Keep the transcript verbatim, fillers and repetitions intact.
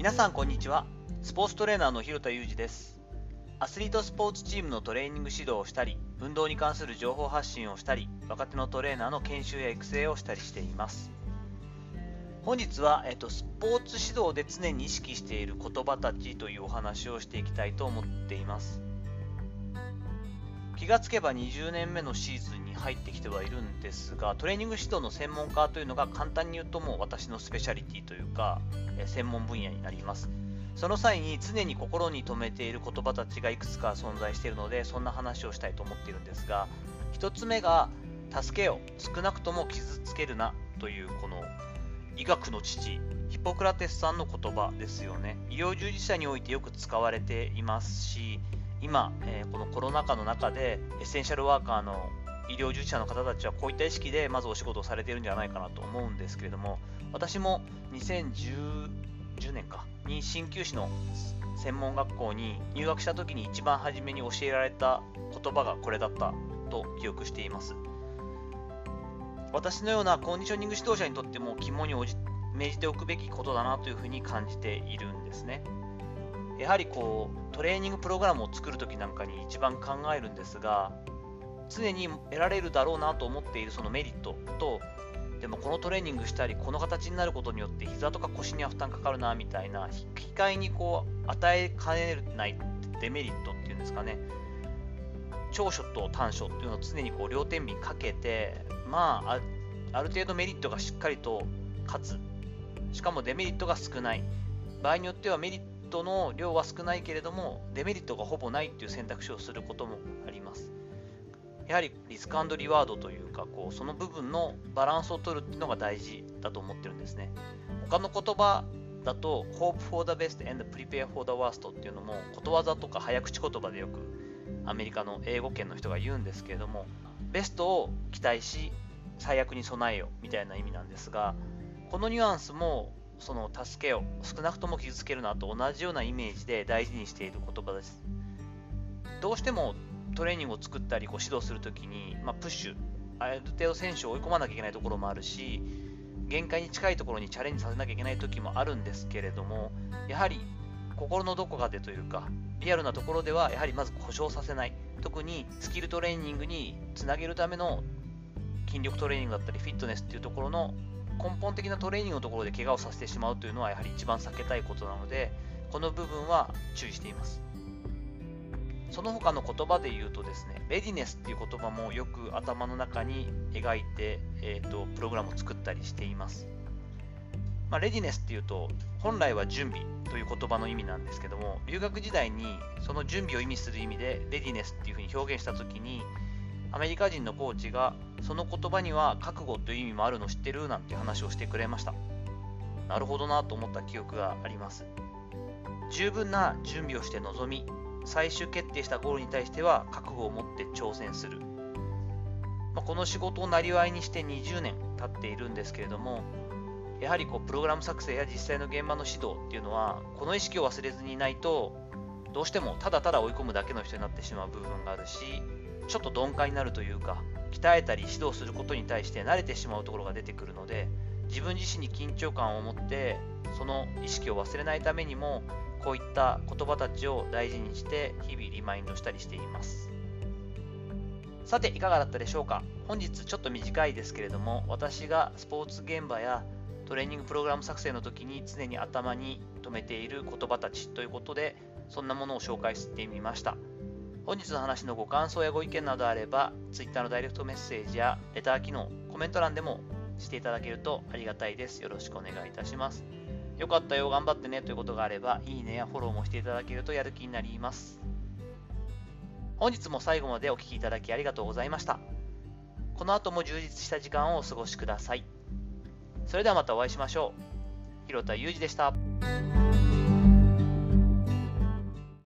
皆さんこんにちは。スポーツトレーナーの広田裕二です。アスリートスポーツチームのトレーニング指導をしたり、運動に関する情報発信をしたり、若手のトレーナーの研修や育成をしたりしています。本日は、えっと、スポーツ指導で常に意識している言葉たちというお話をしていきたいと思っています。気がつけばにじゅうねんめのシーズンに入ってきてはいるんですが、トレーニング指導の専門家というのが簡単に言うともう私のスペシャリティというか、え専門分野になります。その際に常に心に留めている言葉たちがいくつか存在しているので、そんな話をしたいと思っているんですが、一つ目が助けよ、少なくとも傷つけるなというこの医学の父ヒポクラテスさんの言葉ですよね。医療従事者においてよく使われていますし、今、えー、このコロナ禍の中でエッセンシャルワーカーの医療従事者の方たちはこういった意識でまずお仕事をされているんじゃないかなと思うんですけれども、私もにせんじゅうねんかに鍼灸師の専門学校に入学した時に一番初めに教えられた言葉がこれだったと記憶しています。私のようなコンディショニング指導者にとっても肝に銘じておくべきことだなというふうに感じているんですね。やはりこうトレーニングプログラムを作るときなんかに一番考えるんですが、常に得られるだろうなと思っているそのメリットと、でもこのトレーニングしたりこの形になることによって膝とか腰には負担かかるなみたいな、引き換えにこう与えかねないデメリットっていうんですかね、長所と短所っていうのを常にこう両天秤かけて、まあある程度メリットがしっかりと勝つ、しかもデメリットが少ない、場合によってはメリットの量は少ないけれどもデメリットがほぼないっていう選択肢をすることもあります。やはりリスク&リワードというか、こうその部分のバランスを取るっていうのが大事だと思ってるんですね。他の言葉だと Hope for the best and prepare for the worst っていうのもことわざとか早口言葉でよくアメリカの英語圏の人が言うんですけれども、ベストを期待し最悪に備えよみたいな意味なんですが、このニュアンスもその助けを少なくとも傷つけるなと同じようなイメージで大事にしている言葉です。どうしてもトレーニングを作ったりこう指導するときに、まあ、プッシュ、ある程度選手を追い込まなきゃいけないところもあるし、限界に近いところにチャレンジさせなきゃいけないときもあるんですけれども、やはり心のどこかでというかリアルなところではやはりまず故障させない、特にスキルトレーニングにつなげるための筋力トレーニングだったりフィットネスっていうところの根本的なトレーニングのところで怪我をさせてしまうというのはやはり一番避けたいことなので、この部分は注意しています。その他の言葉で言うとですね、レディネスっていう言葉もよく頭の中に描いて、えーと、プログラムを作ったりしています。まあ、レディネスっていうと本来は準備という言葉の意味なんですけども、留学時代にその準備を意味する意味でレディネスっていうふうに表現したときに、アメリカ人のコーチがその言葉には覚悟という意味もあるの知ってるなんて話をしてくれました。なるほどなと思った記憶があります。十分な準備をして臨み、最終決定したゴールに対しては覚悟を持って挑戦する。まあ、この仕事をなりわいにしてにじゅうねん経っているんですけれども、やはりこうプログラム作成や実際の現場の指導っていうのはこの意識を忘れずにいないと、どうしてもただただ追い込むだけの人になってしまう部分があるし、ちょっと鈍感になるというか、鍛えたり指導することに対して慣れてしまうところが出てくるので、自分自身に緊張感を持ってその意識を忘れないためにも、こういった言葉たちを大事にして日々リマインドしたりしています。さていかがだったでしょうか。本日ちょっと短いですけれども、私がスポーツ現場やトレーニングプログラム作成の時に常に頭に留めている言葉たちということで、そんなものを紹介してみました。本日の話のご感想やご意見などあれば、Twitter のダイレクトメッセージやレター機能、コメント欄でもしていただけるとありがたいです。よろしくお願いいたします。よかったよ、頑張ってねということがあれば、いいねやフォローもしていただけるとやる気になります。本日も最後までお聞きいただきありがとうございました。この後も充実した時間をお過ごしください。それではまたお会いしましょう。広田裕二でした。